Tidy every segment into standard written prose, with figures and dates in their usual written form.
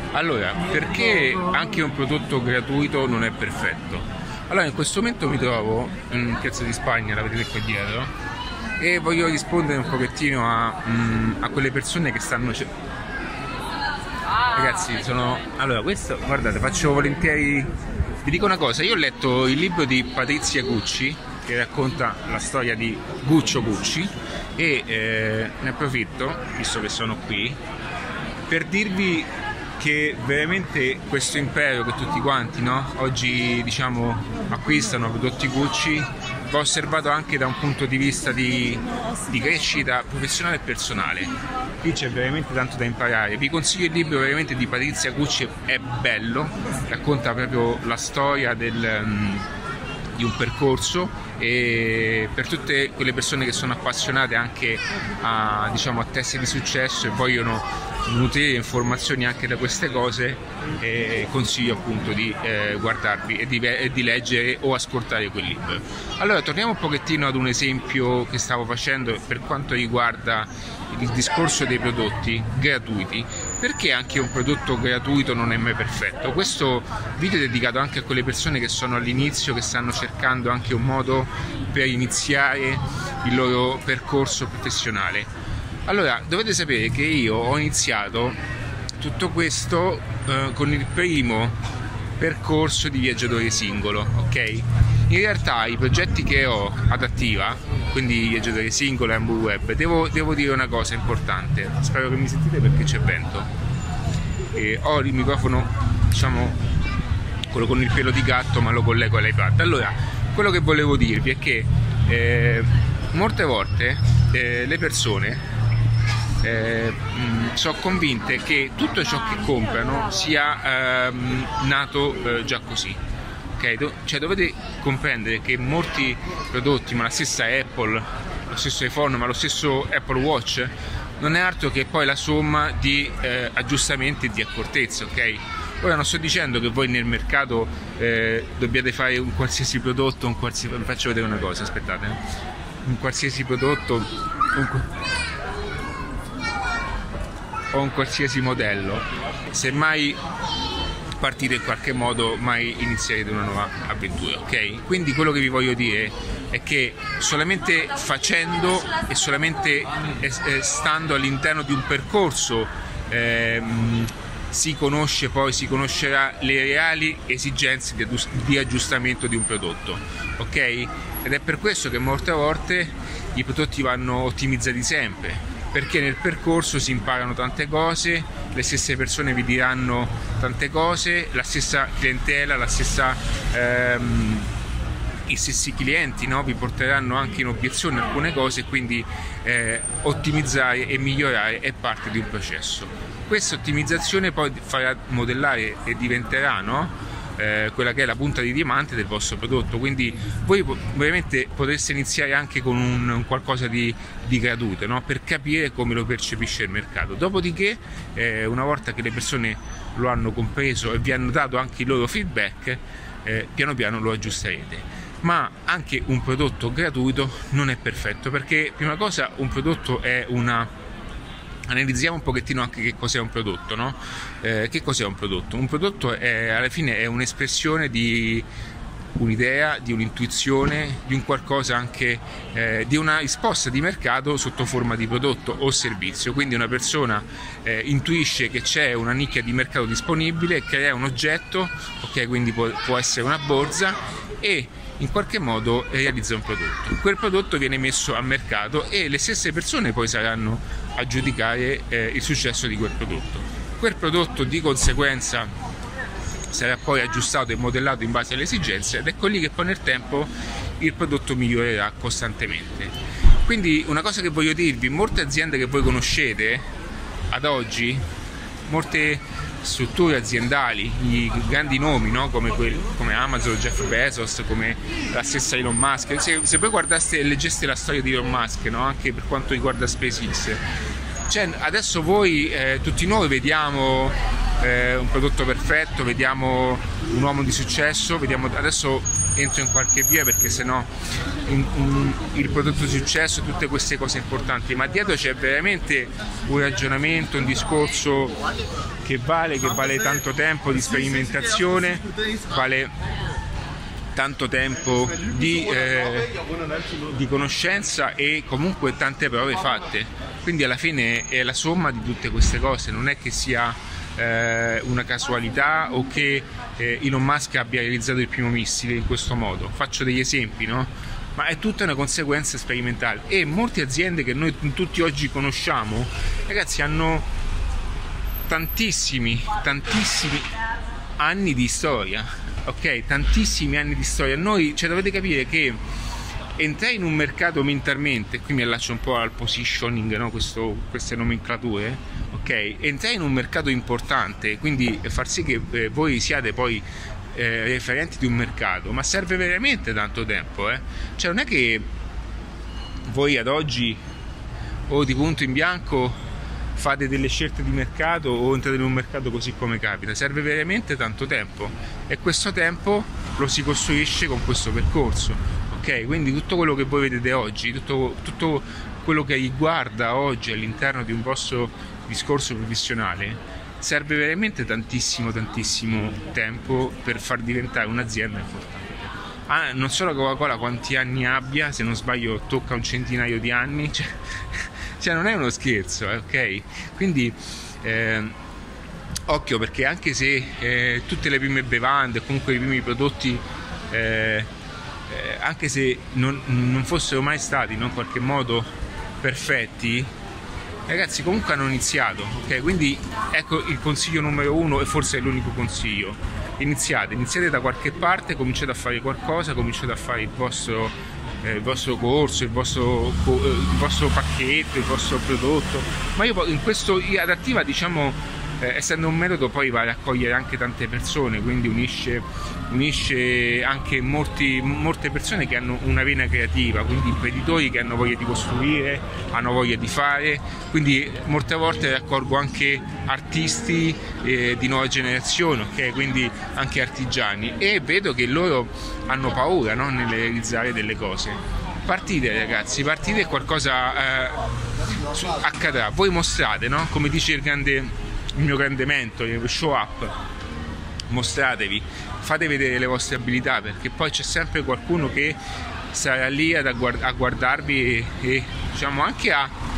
Allora, perché anche un prodotto gratuito non è perfetto? Allora, in questo momento mi trovo in Piazza di Spagna, la vedete qua dietro, e voglio rispondere un pochettino a quelle persone che stanno... Ragazzi, Allora, questo, guardate, faccio volentieri... Vi dico una cosa, io ho letto il libro di Patrizia Gucci, che racconta la storia di Guccio Gucci, e ne approfitto, visto che sono qui, per dirvi che veramente questo impero che tutti quanti, no, oggi diciamo acquistano prodotti Gucci va osservato anche da un punto di vista di crescita professionale e personale. Qui c'è veramente tanto da imparare. Vi consiglio il libro veramente di Patrizia Gucci, è bello, racconta proprio la storia di un percorso, e per tutte quelle persone che sono appassionate anche a, diciamo, a testi di successo e vogliono nutrire informazioni anche da queste cose, consiglio appunto di guardarvi e di leggere o ascoltare quel libro. Allora, torniamo un pochettino ad un esempio che stavo facendo per quanto riguarda il discorso dei prodotti gratuiti. Perché anche un prodotto gratuito non è mai perfetto? Questo video è dedicato anche a quelle persone che sono all'inizio, che stanno cercando anche un modo per iniziare il loro percorso professionale. Allora, dovete sapere che io ho iniziato tutto questo con il primo percorso di viaggiatore singolo, ok? In realtà i progetti che ho ad attiva, quindi viaggiatore singolo e Hamburg Web, devo dire una cosa importante, spero che mi sentite perché c'è vento, e ho il microfono, diciamo, quello con il pelo di gatto, ma lo collego all'iPad. Allora, quello che volevo dirvi è che molte volte le persone sono convinte che tutto ciò che comprano sia nato già così, ok? Cioè, dovete comprendere che molti prodotti, ma la stessa Apple, lo stesso iPhone, ma lo stesso Apple Watch, non è altro che poi la somma di aggiustamenti e di accortezze, ok? Ora non sto dicendo che voi nel mercato dobbiate fare un qualsiasi prodotto, faccio vedere una cosa, aspettate, un qualsiasi prodotto, o un qualsiasi modello, semmai partite in qualche modo, mai inizierete una nuova avventura, ok? Quindi quello che vi voglio dire è che solamente facendo e solamente stando all'interno di un percorso si conoscerà le reali esigenze di aggiustamento di un prodotto, ok? Ed è per questo che molte volte i prodotti vanno ottimizzati sempre, perché nel percorso si imparano tante cose, le stesse persone vi diranno tante cose, la stessa clientela, i stessi clienti, no, vi porteranno anche in obiezione alcune cose, quindi ottimizzare e migliorare è parte di un processo. Questa ottimizzazione poi farà modellare e diventerà, no, quella che è la punta di diamante del vostro prodotto, quindi voi ovviamente potreste iniziare anche con un qualcosa di gratuito, no? Per capire come lo percepisce il mercato. Dopodiché una volta che le persone lo hanno compreso e vi hanno dato anche il loro feedback, piano piano lo aggiusterete. Ma anche un prodotto gratuito non è perfetto, perché prima cosa un prodotto è analizziamo un pochettino anche che cos'è un prodotto, no? Che cos'è un prodotto? Un prodotto alla fine è un'espressione di un'idea, di un'intuizione, di un qualcosa anche, di una risposta di mercato sotto forma di prodotto o servizio. Quindi una persona intuisce che c'è una nicchia di mercato disponibile, crea un oggetto, ok? Quindi può essere una borsa, e in qualche modo realizza un prodotto. Quel prodotto viene messo al mercato e le stesse persone poi saranno a giudicare il successo di quel prodotto. Quel prodotto di conseguenza sarà poi aggiustato e modellato in base alle esigenze, ed ecco lì che poi nel tempo il prodotto migliorerà costantemente. Quindi una cosa che voglio dirvi: molte aziende che voi conoscete ad oggi, molte strutture aziendali, i grandi nomi, no? come Amazon, Jeff Bezos, come la stessa Elon Musk, se voi guardaste e leggeste la storia di Elon Musk, no? Anche per quanto riguarda SpaceX, cioè adesso voi tutti noi vediamo un prodotto perfetto, vediamo un uomo di successo, vediamo adesso entro in qualche via perché sennò il prodotto di successo, tutte queste cose importanti, ma dietro c'è veramente un ragionamento, un discorso che vale tanto tempo di sperimentazione, vale tanto tempo di conoscenza e comunque tante prove fatte. Quindi alla fine è la somma di tutte queste cose, non è che sia una casualità o che Elon Musk abbia realizzato il primo missile in questo modo. Faccio degli esempi, no? Ma è tutta una conseguenza sperimentale, e molte aziende che noi tutti oggi conosciamo, ragazzi, hanno tantissimi anni di storia, ok? Tantissimi anni di storia. Noi, cioè, dovete capire che entrare in un mercato mentalmente, qui mi allaccio un po' al positioning, no? Queste nomenclature, ok? Entrare in un mercato importante, quindi far sì che voi siate poi referenti di un mercato, ma serve veramente tanto tempo, cioè non è che voi ad oggi o di punto in bianco fate delle scelte di mercato o entrate in un mercato così come capita, serve veramente tanto tempo, e questo tempo lo si costruisce con questo percorso, ok? Quindi tutto quello che voi vedete oggi, tutto quello che riguarda oggi all'interno di un vostro discorso professionale, serve veramente tantissimo tempo per far diventare un'azienda importante. Non so la Coca-Cola quanti anni abbia, se non sbaglio tocca un centinaio di anni, cioè non è uno scherzo, ok? Quindi occhio, perché anche se tutte le prime bevande, comunque i primi prodotti, anche se non fossero mai stati in qualche modo perfetti, ragazzi, comunque hanno iniziato, ok? Quindi ecco il consiglio numero uno, e forse è l'unico consiglio: iniziate da qualche parte, cominciate a fare qualcosa, cominciate a fare il vostro corso, il vostro pacchetto, il vostro prodotto. Ma io in questo Adattiva, diciamo, essendo un metodo, poi va a raccogliere anche tante persone, quindi unisce anche molte persone che hanno una vena creativa, quindi imprenditori che hanno voglia di costruire, hanno voglia di fare, quindi molte volte raccolgo anche artisti di nuova generazione, ok? Quindi anche artigiani, e vedo che loro hanno paura, no? Nel realizzare delle cose. Partite, ragazzi, partite, e qualcosa accadrà. Voi mostrate, no? Come dice il mio grande mentore, show up, mostratevi, fate vedere le vostre abilità, perché poi c'è sempre qualcuno che sarà lì a guardarvi e diciamo anche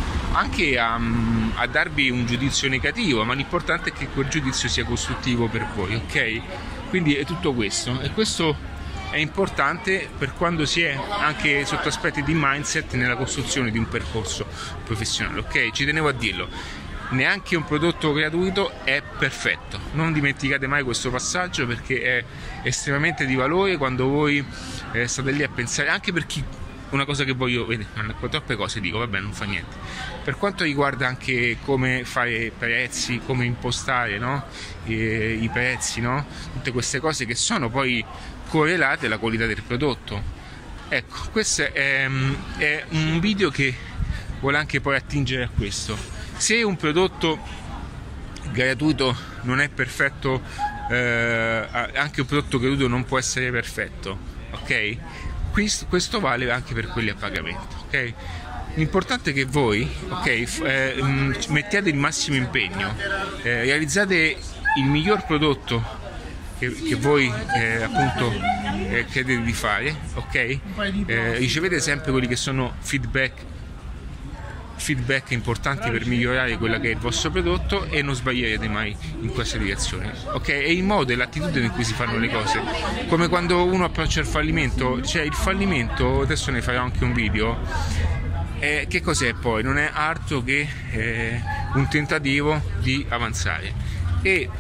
a darvi un giudizio negativo, ma l'importante è che quel giudizio sia costruttivo per voi, ok? Quindi è tutto questo, e questo è importante per quando si è anche sotto aspetti di mindset nella costruzione di un percorso professionale, ok? Ci tenevo a dirlo. Neanche un prodotto gratuito è perfetto, non dimenticate mai questo passaggio, perché è estremamente di valore quando voi state lì a pensare, anche per chi, una cosa che voglio vedere, troppe cose dico, vabbè, non fa niente, per quanto riguarda anche come fare prezzi, come impostare, no? I prezzi, no? Tutte queste cose che sono poi correlate alla qualità del prodotto. Ecco, questo è un video che vuole anche poi attingere a questo. Se un prodotto gratuito non è perfetto, anche un prodotto gratuito non può essere perfetto, ok? Questo vale anche per quelli a pagamento, ok? L'importante è che voi, ok, mettiate il massimo impegno, realizzate il miglior prodotto che voi appunto credete di fare, ok? Ricevete sempre quelli che sono feedback importanti per migliorare quello che è il vostro prodotto, e non sbaglierete mai in questa direzione, ok? E il modo e l'attitudine in cui si fanno le cose, come quando uno approccia il fallimento, cioè il fallimento, adesso ne farò anche un video, che cos'è poi? Non è altro che un tentativo di avanzare, e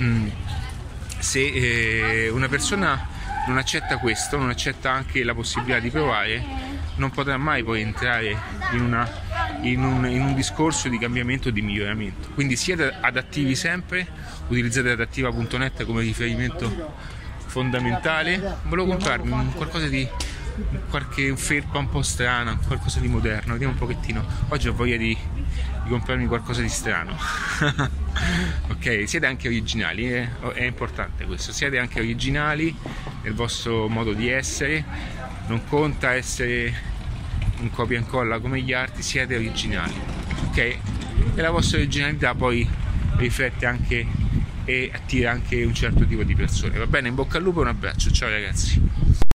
se una persona non accetta questo, non accetta anche la possibilità di provare, non potrà mai poi entrare in un discorso di cambiamento, di miglioramento. Quindi siete adattivi sempre, utilizzate adattiva.net come riferimento fondamentale. Volevo comprarmi qualche felpa un po' strana, qualcosa di moderno, vediamo un pochettino. Oggi ho voglia di comprarmi qualcosa di strano. ok? Siete anche originali, è importante questo, siete anche originali nel vostro modo di essere, non conta essere un copia e incolla come gli altri, siete originali, ok? E la vostra originalità poi riflette anche e attira anche un certo tipo di persone, va bene? In bocca al lupo, un abbraccio, ciao ragazzi.